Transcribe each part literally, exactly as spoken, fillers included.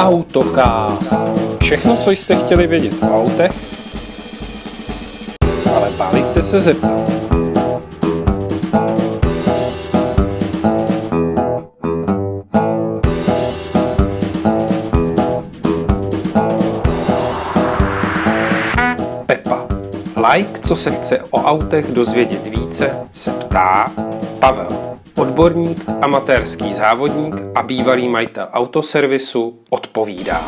Autocast. Všechno, co jste chtěli vědět o autech, ale báli jste se zeptat. Pepa. Like, co se chce o autech dozvědět více, se ptá Pavel. Odborník, amatérský závodník a bývalý majitel autoservisu odpovídá.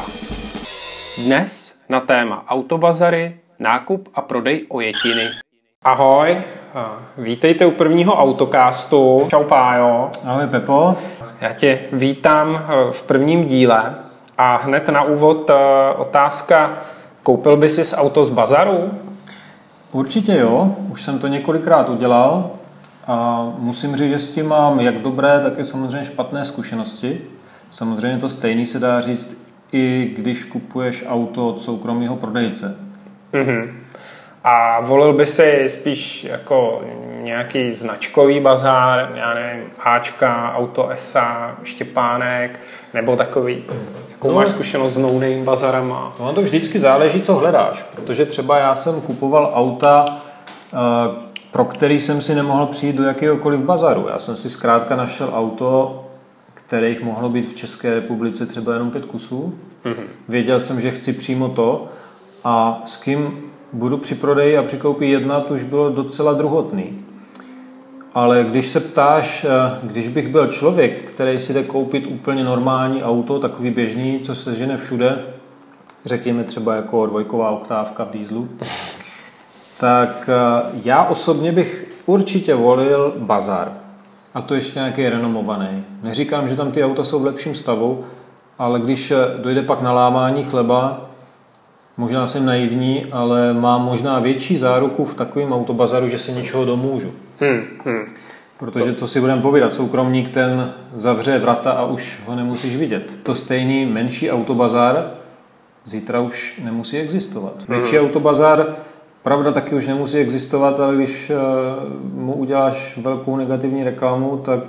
Dnes na téma autobazary, nákup a prodej ojetiny. Ahoj, vítejte u prvního Autocastu. Čau Pájo. Ahoj Pepo. Já tě vítám v prvním díle a hned na úvod otázka, koupil by sis auto z bazaru? Určitě jo, už jsem to několikrát udělal. A musím říct, že s tím mám jak dobré, tak i samozřejmě špatné zkušenosti. Samozřejmě to stejný se dá říct, i když kupuješ auto od soukromého prodejce. Mm-hmm. A volil by si spíš jako nějaký značkový bazár, já nevím, Ačka, Auto es a, Štěpánek, nebo takový, jakou no, máš zkušenost s no-name bazarama? No to vždycky záleží, co hledáš, protože třeba já jsem kupoval auta, pro který jsem si nemohl přijít do jakéhokoliv bazaru. Já jsem si zkrátka našel auto, kterých mohlo být v České republice třeba jenom pět kusů. Mm-hmm. Věděl jsem, že chci přímo to a s kým budu při prodeji a při koupi jednat, už bylo docela druhotný. Ale když se ptáš, když bych byl člověk, který si jde koupit úplně normální auto, takový běžný, co se žene všude, řekněme třeba jako dvojková oktávka v dieselu, tak já osobně bych určitě volil bazar. A to ještě nějaký renomovaný. Neříkám, že tam ty auta jsou v lepším stavu, ale když dojde pak na lámání chleba, možná jsem naivní, ale mám možná větší záruku v takovém autobazaru, že se něčeho domůžu. Hmm, hmm. Protože co si budeme povídat, soukromník ten zavře vrata a už ho nemusíš vidět. To stejný menší autobazar zítra už nemusí existovat. Hmm. Větší autobazar pravda taky už nemusí existovat, ale když mu uděláš velkou negativní reklamu, tak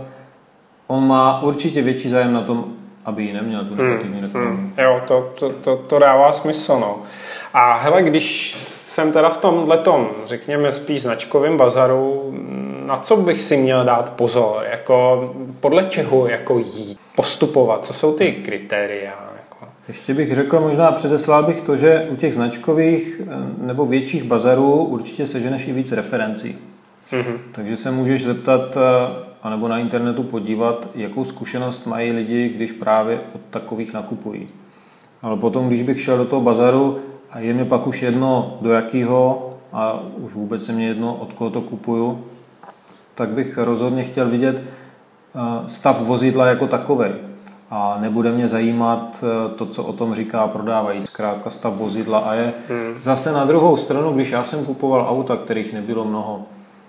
on má určitě větší zájem na tom, aby ji neměl tu negativní reklamu. Hmm, hmm. Jo, to, to, to, to dává smysl. No. A hele, když jsem teda v tomhletom, řekněme spíš značkovém bazaru, na co bych si měl dát pozor? Jako, podle čeho jako jít, postupovat? Co jsou ty kritéria? Ještě bych řekl, možná předeslal bych to, že u těch značkových nebo větších bazarů určitě seženeš i víc referencí. Mm-hmm. Takže se můžeš zeptat, anebo na internetu podívat, jakou zkušenost mají lidi, když právě od takových nakupují. Ale potom, když bych šel do toho bazaru a je mi pak už jedno do jakého a už vůbec se mě jedno, od koho to kupuju, tak bych rozhodně chtěl vidět stav vozidla jako takovej. A nebude mě zajímat to, co o tom říká prodávají. Zkrátka stav vozidla a je hmm. zase na druhou stranu, když já jsem kupoval auta, kterých nebylo mnoho,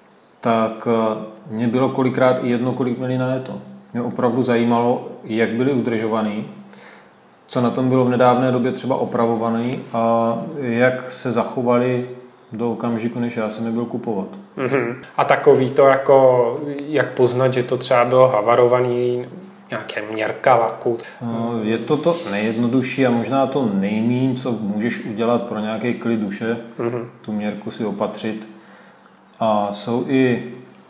tak mě bylo kolikrát i jedno, kolik měli na to. Mě opravdu zajímalo, jak byly udržovaný, co na tom bylo v nedávné době třeba opravovaný a jak se zachovali do okamžiku, než já jsem je byl kupovat. Hmm. A takový to, jako, jak poznat, že to třeba bylo havarovaný, nějaké měrka laku? Je to to nejjednodušší a možná to nejméně, co můžeš udělat pro nějaký klid duše, mm-hmm. tu měrku si opatřit. A jsou i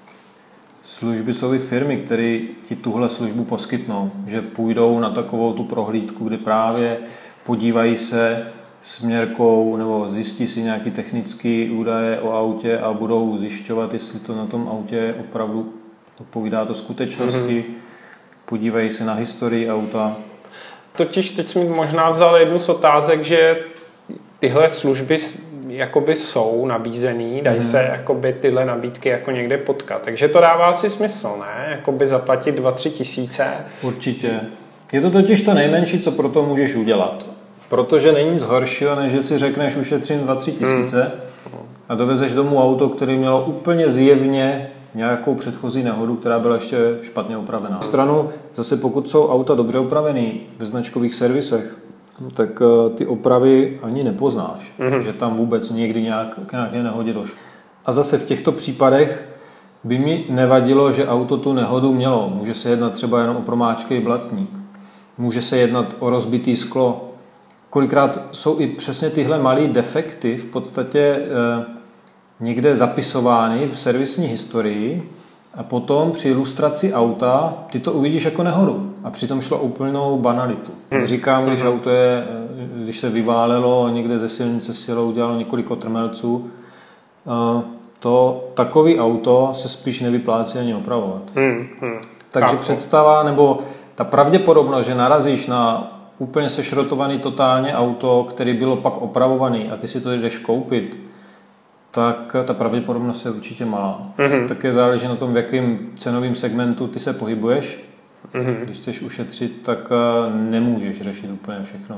služby, jsou i firmy, které ti tuhle službu poskytnou, že půjdou na takovou tu prohlídku, kdy právě podívají se s měrkou nebo zjistí si nějaké technické údaje o autě a budou zjišťovat, jestli to na tom autě opravdu odpovídá to skutečnosti. Mm-hmm. Podívají se na historii auta. Totiž teď jsem možná vzal jednu z otázek, že tyhle služby jakoby jsou nabízený, dají mm. se jakoby tyhle nabídky jako někde potkat. Takže to dává asi smysl, ne? Jakoby zaplatit dva tři tisíce. Určitě. Je to totiž to nejmenší, co pro to můžeš udělat. Protože není nic horšího, než že si řekneš ušetřím dva tři tisíce mm. a dovezeš domů auto, které mělo úplně zjevně nějakou předchozí nehodu, která byla ještě špatně upravená. Na stranu zase pokud jsou auta dobře upravený ve značkových servisech, tak ty opravy ani nepoznáš, mm-hmm. že tam vůbec někdy nějak k nějaké nehodě došlo. A zase v těchto případech by mi nevadilo, že auto tu nehodu mělo. Může se jednat třeba jenom o promáčkej blatník. může se jednat o rozbitý sklo. Kolikrát jsou i přesně tyhle malé defekty v podstatě eh, někde zapisovány v servisní historii a potom při ilustraci auta ty to uvidíš jako nehodu. A přitom šlo úplnou banalitu. Hmm. Říkám, když auto je, když se vyválelo někde ze silnice silou, udělalo několik otrmelců, to takový auto se spíš nevyplácí ani opravovat. Hmm. Hmm. Takže Chápu. představa, nebo ta pravděpodobnost, že narazíš na úplně sešrotovaný totálně auto, který bylo pak opravovaný a ty si to jdeš koupit, tak ta pravděpodobnost je určitě malá. Mm-hmm. Také záleží na tom, v jakém cenovém segmentu ty se pohybuješ. Mm-hmm. Když chceš ušetřit, tak nemůžeš řešit úplně všechno.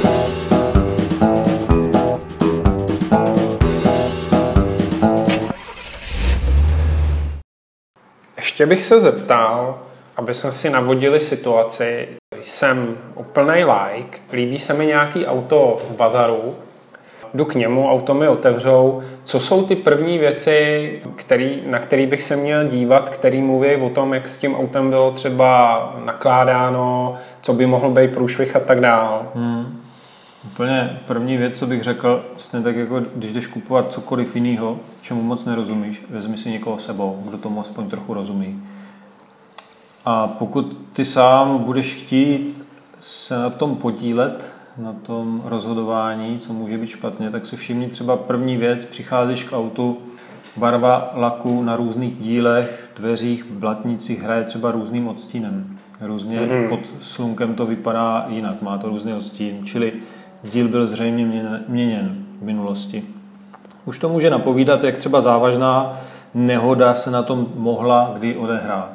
Ještě bych se zeptal, aby jsme si navodili situaci. Jsem úplnej like, líbí se mi nějaký auto v bazaru, jdu k němu, auto mi otevřou. Co jsou ty první věci, který, na které bych se měl dívat, který mluví o tom, jak s tím autem bylo třeba nakládáno, co by mohl být průšvih a tak dál? Hmm. Úplně první věc, co bych řekl, vlastně tak jako když jdeš kupovat cokoliv jiného, čemu moc nerozumíš, vezmi si někoho sebou, kdo tomu aspoň trochu rozumí. A pokud ty sám budeš chtít se na tom podílet, na tom rozhodování, co může být špatně, tak si všimni třeba první věc, přicházíš k autu, barva laku na různých dílech, dveřích, blatnících hraje třeba různým odstínem. Různě mm-hmm. pod slunkem to vypadá jinak, má to různý odstín, čili díl byl zřejmě měněn v minulosti. Už to může napovídat, jak třeba závažná nehoda se na tom mohla kdy odehrát.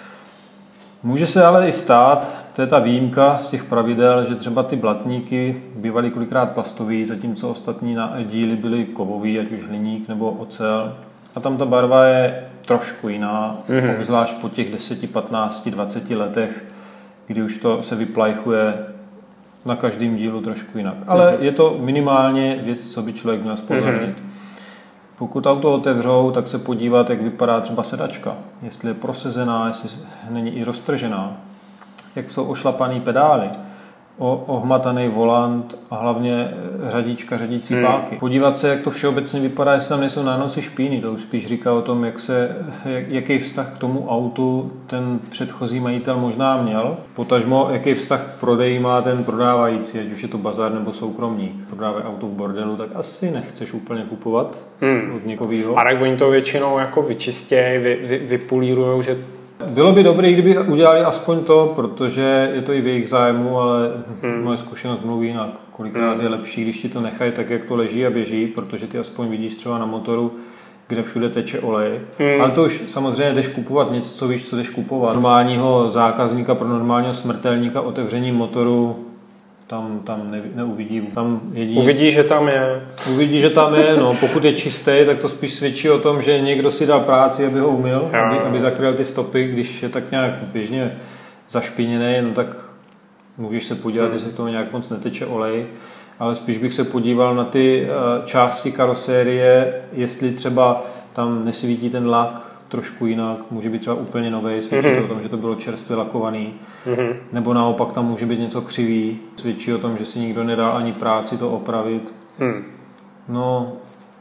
Může se ale i stát, to je ta výjimka z těch pravidel, že třeba ty blatníky bývaly kolikrát plastový, zatímco ostatní díly byly kovový, ať už hliník nebo ocel. A tam ta barva je trošku jiná, mm-hmm. obzvlášť po těch deset, patnáct, dvacet letech, kdy už to se vyplajchuje na každém dílu trošku jinak. Ale mm-hmm. je to minimálně věc, co by člověk měl zpozornit. Mm-hmm. Pokud auto otevřou, tak se podívat, jak vypadá třeba sedačka. Jestli je prosezená, jestli není i roztržená. Jak jsou ošlapaný pedály, o, ohmataný volant a hlavně řadička, řadící hmm. páky. Podívat se, jak to všeobecně vypadá, jestli tam nejsou nánosy špíny. To už spíš říká o tom, jak se, jak, jaký vztah k tomu autu ten předchozí majitel možná měl. Potažmo, jaký vztah k prodeji má ten prodávající, ať už je to bazar nebo soukromník. Prodávají auto v bordelu, tak asi nechceš úplně kupovat hmm. od někoho. A tak oni to většinou jako vyčistějí, vy, vy, vypolírujou, že bylo by dobré, kdyby udělali aspoň to, protože je to i v jejich zájmu, ale hmm. moje zkušenost mluví jinak. Kolikrát hmm. je lepší, když ti to nechají tak, jak to leží a běží, protože ty aspoň vidíš třeba na motoru, kde všude teče olej. Hmm. Ale to už samozřejmě jdeš kupovat něco, co víš, co jdeš kupovat. Normálního zákazníka pro normálního smrtelníka otevření motoru tam, tam ne, neuvidí. Tam jedí, uvidí, že tam je. Uvidí, že tam je, no. Pokud je čistý, tak to spíš svědčí o tom, že někdo si dal práci, aby ho umyl, aby, aby zakryl ty stopy. Když je tak nějak běžně zašpiněný, no tak můžeš se podívat, hmm. jestli z toho nějak moc neteče olej. Ale spíš bych se podíval na ty uh, části karosérie, jestli třeba tam nesvítí ten lak trošku jinak, může být třeba úplně nový, svědčí mm-hmm. to o tom, že to bylo čerstvě lakovaný, mm-hmm. nebo naopak tam může být něco křivý, svědčí o tom, že si nikdo nedal ani práci to opravit. Mm. No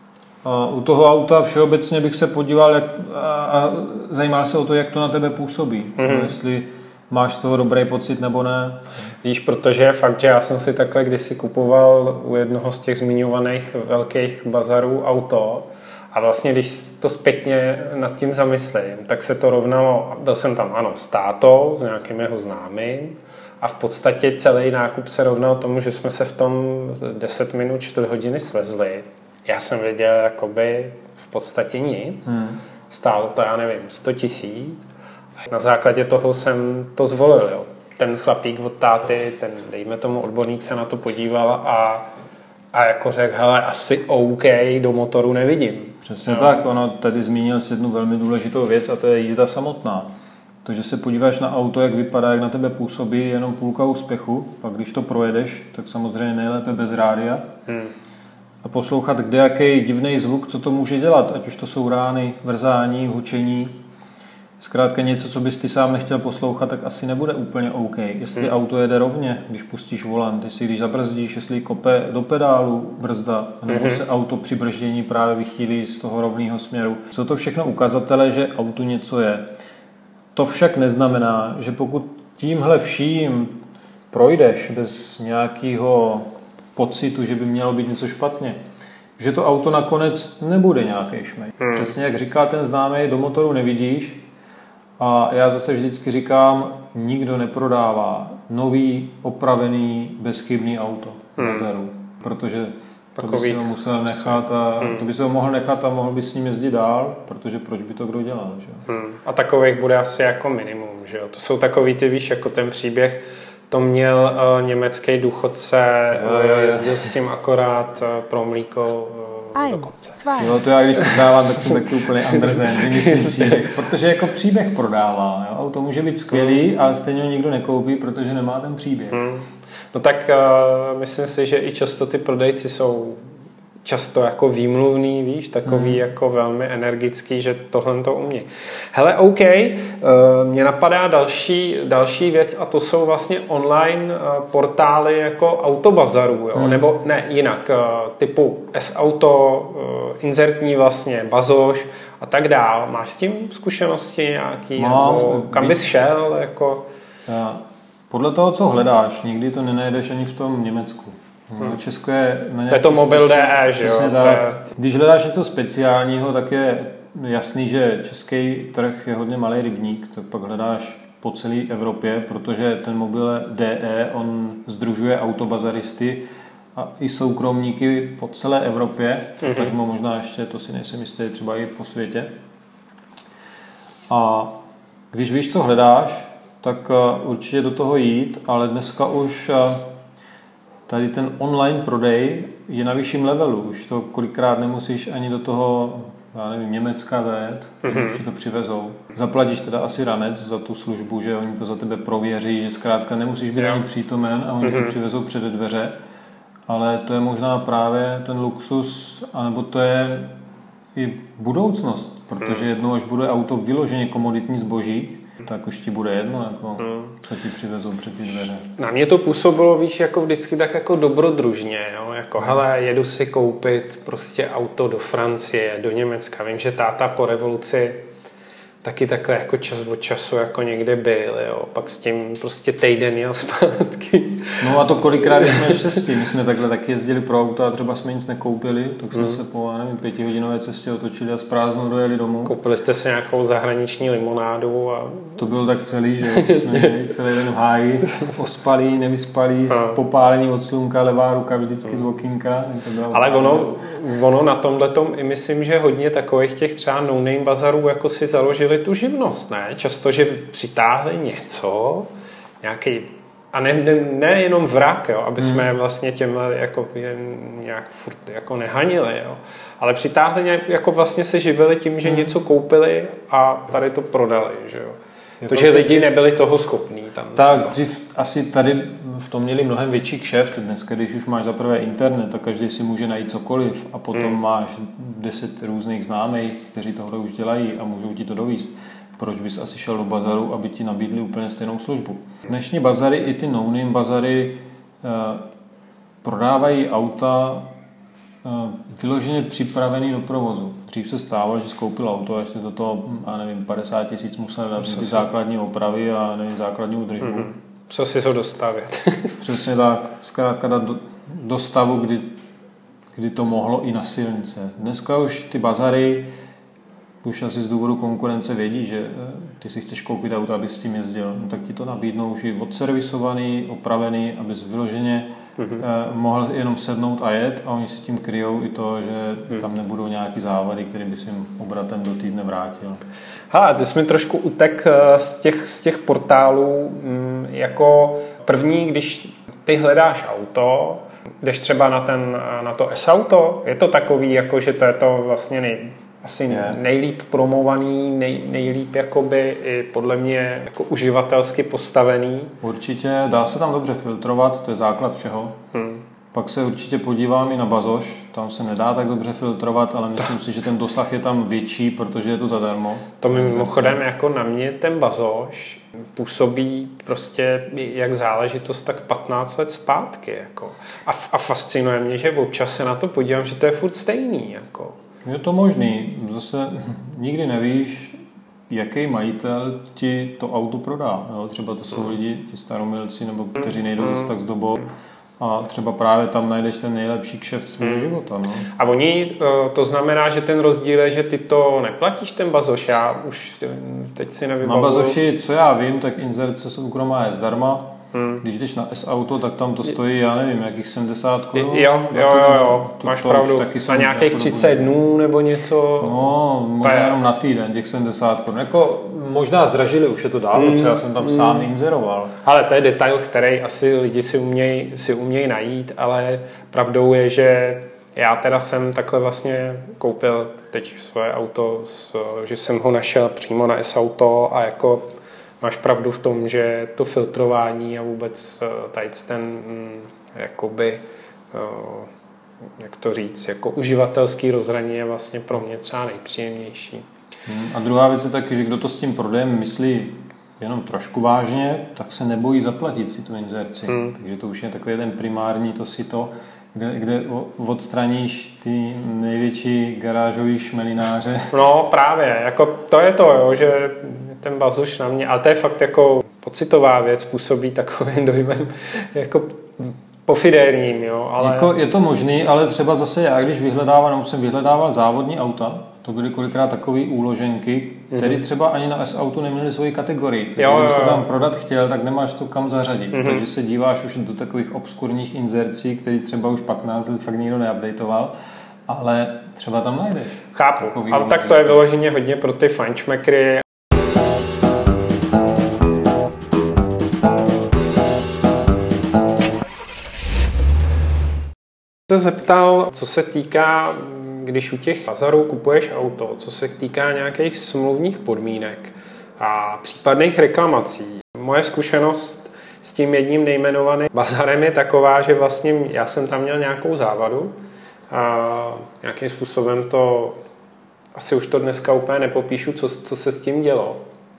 a u toho auta všeobecně bych se podíval jak, a, a zajímal se o to, jak to na tebe působí, mm-hmm. no, jestli máš z toho dobrý pocit nebo ne. Víš, protože je fakt, že já jsem si takhle kdysi kupoval u jednoho z těch zmiňovaných velkých bazarů auto. A vlastně, když to zpětně nad tím zamyslím, tak se to rovnalo, byl jsem tam, ano, s tátou, s nějakým jeho známým a v podstatě celý nákup se rovnal tomu, že jsme se v tom deset minut, čtyři hodiny svezli. Já jsem věděl, jakoby v podstatě nic. Hmm. Stálo to, já nevím, sto tisíc. Na základě toho jsem to zvolil, jo. Ten chlapík od táty, ten, dejme tomu, odborník se na to podíval a A jako řekl, hele, asi OK, do motoru nevidím. Přesně no. tak, ono tady zmínil si jednu velmi důležitou věc a to je jízda samotná. To, že se podíváš na auto, jak vypadá, jak na tebe působí, je jenom půlka úspěchu. Pak když to projedeš, tak samozřejmě nejlépe bez rádia. Hmm. A poslouchat kdejaký divný zvuk, co to může dělat. Ať už to jsou rány, vrzání, hučení. Zkrátka něco, co bys ty sám nechtěl poslouchat, tak asi nebude úplně OK. Jestli hmm. auto jede rovně, když pustíš volant, jestli když zabrzdíš, jestli kope do pedálu brzda, nebo hmm. se auto při brždění právě vychýlí z toho rovného směru. Jsou to všechno ukazatele, že autu něco je. To však neznamená, že pokud tímhle vším projdeš bez nějakého pocitu, že by mělo být něco špatně, že to auto nakonec nebude nějaký šmej. Hmm. Přesně jak říká ten známý, do motoru nevidíš. A já zase vždycky říkám, nikdo neprodává nový, opravený, bezchybný auto hmm. bazaru, protože to by si ho musel nechat a hmm. to by si ho mohl nechat a mohl by s ním jezdit dál, protože proč by to kdo dělal, že? Hmm. A takových bude asi jako minimum, že jo? To jsou takový, ty víš, jako ten příběh, to měl uh, německý důchodce, uh, jezdil s tím akorát uh, pro mlíko uh, do kopce. Jo, to já když prodávám, tak jsem taky úplně Andersen, vymyslí příběh, protože jako příběh prodává, jo? Auto může být skvělý, hmm. ale stejně ho nikdo nekoupí, protože nemá ten příběh. Hmm. No tak uh, myslím si, že i často ty prodejci jsou často jako výmluvný, víš, takový hmm. jako velmi energický, že tohle to umí. Hele, OK, uh, mě napadá další, další věc a to jsou vlastně online uh, portály jako autobazarů, jo? Hmm. Nebo ne, jinak, uh, typu S-Auto, uh, inzertní vlastně, Bazoš a tak dál. Máš s tím zkušenosti nějaký? Mám, nebo kam bys šel? Jako... Já, podle toho, co hledáš, nikdy to nenajdeš ani v tom Německu. Hmm. Česko je na to je to mobil D E, že jo? Tak. Je... Když hledáš něco speciálního, tak je jasný, že český trh je hodně malý rybník, tak pak hledáš po celé Evropě, protože ten mobil D E, on sdružuje autobazaristy a i soukromníky po celé Evropě, mm-hmm. takže možná ještě, to si nejsem jistý, třeba i po světě. A když víš, co hledáš, tak určitě do toho jít, ale dneska už tady ten online prodej je na vyšším levelu. Už to kolikrát nemusíš ani do toho, já nevím, Německa zajet, mm-hmm. už ti to přivezou. Zaplatíš teda asi ranec za tu službu, že oni to za tebe prověří, že zkrátka nemusíš být yeah. ani přítomen a oni mm-hmm. to přivezou před dveře. Ale to je možná právě ten luxus, anebo to je i budoucnost, protože jednou, až bude auto vyloženě komoditní zboží, tak už ti bude jedno, jako, hmm. co ti přivezou před ty dveře. Na mě to působilo, víš, jako vždycky tak jako dobrodružně, jo? Jako hmm. hele, jedu si koupit prostě auto do Francie, do Německa. Vím, že táta po revoluci taky takhle jako čas od času jako někde byl, jo. Pak s tím prostě týden jel zpátky. No a to kolikrát jsme štěstí. My jsme takhle taky jezdili pro auto a třeba jsme nic nekoupili, tak jsme mm. se po, nevím, pětihodinové cestě otočili a s prázdnou dojeli domů. Koupili jste si nějakou zahraniční limonádu a... To bylo tak celý, že jsme měli celý den v háji, ospalí, nevyspalí, popálení od slunka, levá ruka vždycky z okýnka. Ale ono, ono na tomhletom i myslím, že hodně takových těch třeba no-name bazarů jako si založili tu živnost, ne? Často, že přitáhli něco, nějaký, a ne, ne, ne jenom vrak, jo, aby jsme hmm. vlastně těmhle jako nějak furt jako nehanili, jo, ale přitáhli nějak, jako vlastně se živili tím, že hmm. něco koupili a tady to prodali, že jo. Protože lidi nebyli toho schopní tam. Tak dřív asi tady v tom měli mnohem větší kšeft. Dneska, když už máš za prvé internet, tak každý si může najít cokoliv a potom hmm. máš deset různých známých, kteří tohle už dělají a můžou ti to dovízt. Proč bys asi šel do bazaru, aby ti nabídli úplně stejnou službu? Dnešní bazary, i ty no-name bazary, eh, prodávají auta eh, vyloženě připravený do provozu. Dřív se stávalo, že skoupil auto a ještě do toho, já nevím, padesát tisíc musel dát ty základní opravy a nevím, základní údržbu. Mm-hmm. Co si to dostavět? Přesně tak. Zkrátka dát do, do stavu, kdy, kdy to mohlo i na silnice. Dneska už ty bazary už asi z důvodu konkurence vědí, že ty si chceš koupit auto, abys s tím jezdil, no, tak ti to nabídnou už i odservisovaný, opravený, abys vyloženě mm-hmm. eh, mohl jenom sednout a jet a oni si tím kryjou i to, že mm. tam nebudou nějaký závady, který by si jim obratem do týdne vrátil. Ha, ty jsi mi trošku utek z těch, z těch portálů. Jako první, když ty hledáš auto, jdeš třeba na, ten, na to S-Auto, je to takový, jako, že to je to vlastně nej, asi je. nejlíp promovaný, nej, nejlíp jakoby i podle mě jako uživatelsky postavený. Určitě, dá se tam dobře filtrovat, to je základ všeho. Hmm. Pak se určitě podívám i na Bazoš, tam se nedá tak dobře filtrovat, ale myslím si, že ten dosah je tam větší, protože je to zadarmo. To mi mimochodem jako na mě ten Bazoš působí prostě jak záležitost tak patnáct let zpátky. Jako. A, a fascinuje mě, že občas se na to podívám, že to je furt stejný. Jako. Je to možný, zase nikdy nevíš, jaký majitel ti to auto prodá. Jo? Třeba to jsou lidi, ti staromilci, nebo kteří nejdou zase tak s dobou. A třeba právě tam najdeš ten nejlepší kšeft svého života. No. A oni, to znamená, že ten rozdíl je, že ty to neplatíš, ten Bazoš. Já už teď si nevybavuju. Na Bazoši, co já vím, tak inzerce soukromá je zdarma. Hmm. Když jdeš na S-auto, tak tam to stojí, já nevím, jakých sedmdesát korun. Jo, jo, jo, jo. To, máš to pravdu. Na nějakých třicet dnů nebo něco. No, možná je jenom na týden, těch sedmdesát korun. Jako, možná zdražili, už je to dávno, hmm. já jsem tam hmm. sám inzeroval. Ale to je detail, který asi lidi si umějí si uměj najít, ale pravdou je, že já teda jsem takhle vlastně koupil teď svoje auto, že jsem ho našel přímo na S-auto a jako máš pravdu v tom, že to filtrování a vůbec tady ten jakoby, jak to říct, jako uživatelský rozhraní je vlastně pro mě třeba nejpříjemnější. A druhá věc je taky, že kdo to s tím prodejem myslí jenom trošku vážně, tak se nebojí zaplatit si tu inzerci. Hmm. Takže to už je takový ten primární, to si to, kde, kde odstraníš ty největší garážový šmelináře. No právě, jako to je to, jo, že ten Bazoš na mě, ale to je fakt jako pocitová věc, působí takovým dojmem jako pofidérním, jo, ale... Jako je to možný, ale třeba zase já, když vyhledával, nebo jsem vyhledával závodní auta, to byly kolikrát takové úloženky, které mm-hmm. třeba ani na S-autu neměly svoji kategorii. Takže jo, když jo, to tam prodat chtěl, tak nemáš to kam zařadit. Mm-hmm. Takže se díváš už do takových obskurních inzercí, které třeba už patnáct let fakt nikdo neupdateoval, ale třeba tam najdeš. Chápu, ale tak to je vyloženě hodně pro ty fajnšmekry. Se zeptal, co se týká, když u těch bazarů kupuješ auto, co se týká nějakých smluvních podmínek a případných reklamací. Moje zkušenost s tím jedním nejmenovaným bazarem je taková, že vlastně já jsem tam měl nějakou závadu a nějakým způsobem to, asi už to dneska úplně nepopíšu, co, co se s tím dělo.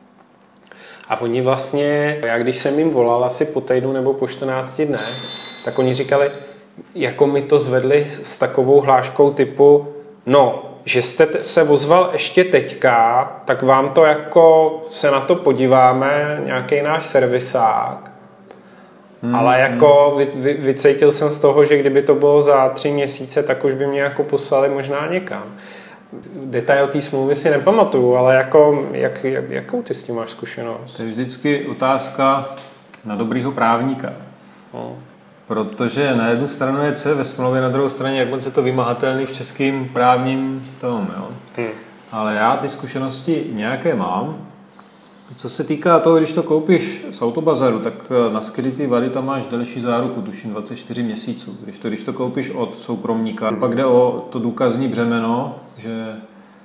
A oni vlastně, já když jsem jim volal asi po týdnu nebo po čtrnácti dnech, tak oni říkali, jako mi to zvedli s takovou hláškou typu, no, že jste se ozval ještě teďka, tak vám to jako se na to podíváme, nějaký náš servisák. Hmm, ale jako hmm. vy, vy, vycítil jsem z toho, že kdyby to bylo za tři měsíce, tak už by mě jako poslali možná někam. Detail té smlouvy si nepamatuju, ale jako, jak, jak, jakou ty s tím máš zkušenost? To je vždycky otázka na dobrýho právníka. No. Protože na jednu stranu je co je ve smlouvě, na druhou straně jak moc je to vymahatelný v českým právním tom, jo. Hmm. Ale já ty zkušenosti nějaké mám. Co se týká toho, když to koupíš z autobazaru, tak na skrytý vady tam máš delší záruku, tuším dvacet čtyři měsíců. Když to, když to koupíš od soukromníka, hmm. pak jde o to důkazní břemeno, že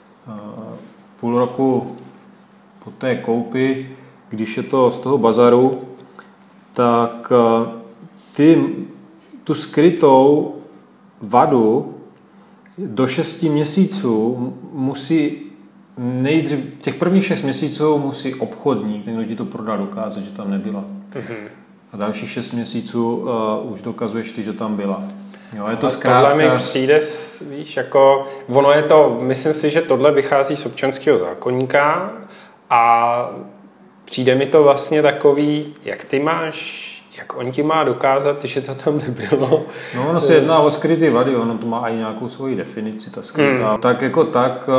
půl roku po té koupi, když je to z toho bazaru, tak ty tu skrytou vadu do šesti měsíců musí nejdřív, těch prvních šest měsíců musí obchodník, ten, kdo ti to prodá, dokázat, že tam nebyla. Mm-hmm. A dalších šest měsíců uh, už dokazuješ ty, že tam byla. Jo, je to zkrátka... Tohle mi přijde, víš, jako, ono je to, myslím si, že tohle vychází z občanského zákoníka a přijde mi to vlastně takový, jak ty máš, jak on ti má dokázat, že to tam nebylo. No, ono se jedná o skrytý vady, ono to má i nějakou svoji definici, ta skrytá. Hmm. Tak jako tak,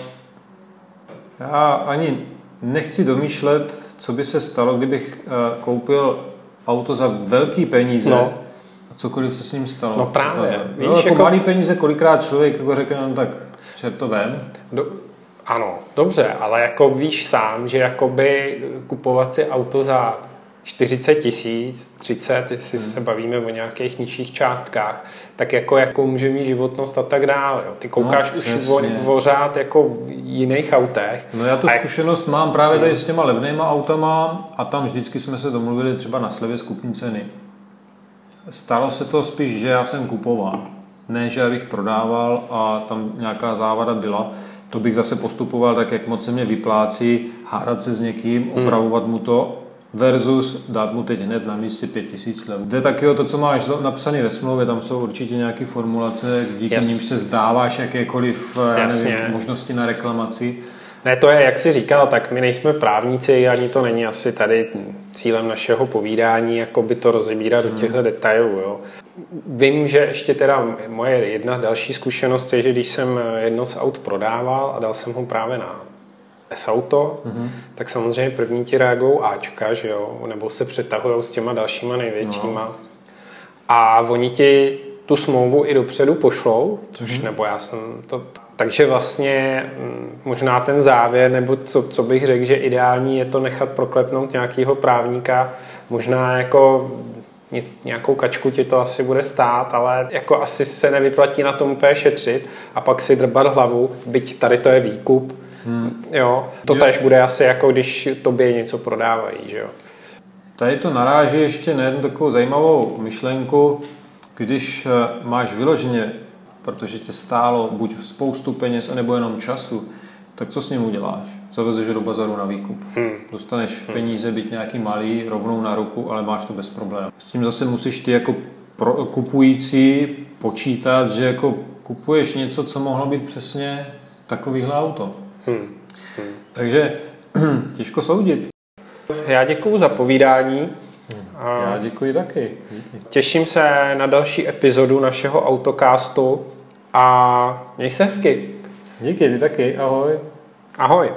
já ani nechci domýšlet, co by se stalo, kdybych koupil auto za velký peníze no. a cokoliv se s ním stalo. No právě. Víš, no, jako, jako malý peníze, kolikrát člověk jako řekne, no tak čert to vem. Do, ano, dobře, ale jako víš sám, že jakoby kupovat si auto za čtyřicet tisíc, třicet, jestli hmm. se bavíme o nějakých nižších částkách, tak jako, jako může mít životnost a tak dále. Jo. Ty koukáš no, už o, o řád jako v jiných autech. No já tu a zkušenost mám právě tady s těma levnýma autama a tam vždycky jsme se domluvili třeba na slevě z kupní ceny. Stalo se to spíš, že já jsem kupoval. Ne, že abych prodával a tam nějaká závada byla. To bych zase postupoval tak, jak moc se mě vyplácí, hádat se s někým, opravovat mu to versus dát mu teď hned na místě pět tisíc lev. Jde taky o to, co máš napsané ve smlouvě, tam jsou určitě nějaké formulace, díky yes. nim se zdáváš jakékoliv já nevím, možnosti na reklamaci. Ne, to je, jak jsi říkal, tak my nejsme právníci, ani to není asi tady cílem našeho povídání, jako by to rozebírat hmm. do těchto detailů. Jo. Vím, že ještě teda moje jedna další zkušenost je, že když jsem jedno z aut prodával a dal jsem ho právě na S-auto, mm-hmm. tak samozřejmě první ti reagují Ačka, že jo, nebo se přetahujou s těma dalšíma největšíma. No. A oni ti tu smlouvu i dopředu pošlou, což mm-hmm. nebo já jsem to... Takže vlastně možná ten závěr, nebo co, co bych řekl, že ideální je to nechat proklepnout nějakého právníka, možná jako nějakou kačku ti to asi bude stát, ale jako asi se nevyplatí na tom úplně šetřit a pak si drbat hlavu, byť tady to je výkup. Hmm. Jo, to tež bude asi jako když tobě něco prodávají, že jo. Tady to naráží ještě na jednu takovou zajímavou myšlenku, když máš vyloženě, protože tě stálo buď spoustu peněz, anebo jenom času, tak co s ním uděláš? Zavezeš do bazaru na výkup. Hmm. Dostaneš hmm. peníze, byť nějaký malý, rovnou na ruku, ale máš to bez problémů. S tím zase musíš ty jako pro, kupující počítat, že jako kupuješ něco, co mohlo být přesně takovýhle auto. Hmm. Hmm. Takže těžko soudit. Já děkuju za povídání. Hmm. Já děkuji taky. Díky. Těším se na další epizodu našeho Autocastu a měj se hezky. Díky, ty taky. Ahoj. Ahoj.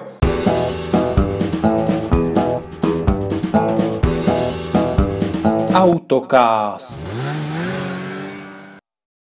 Autocast.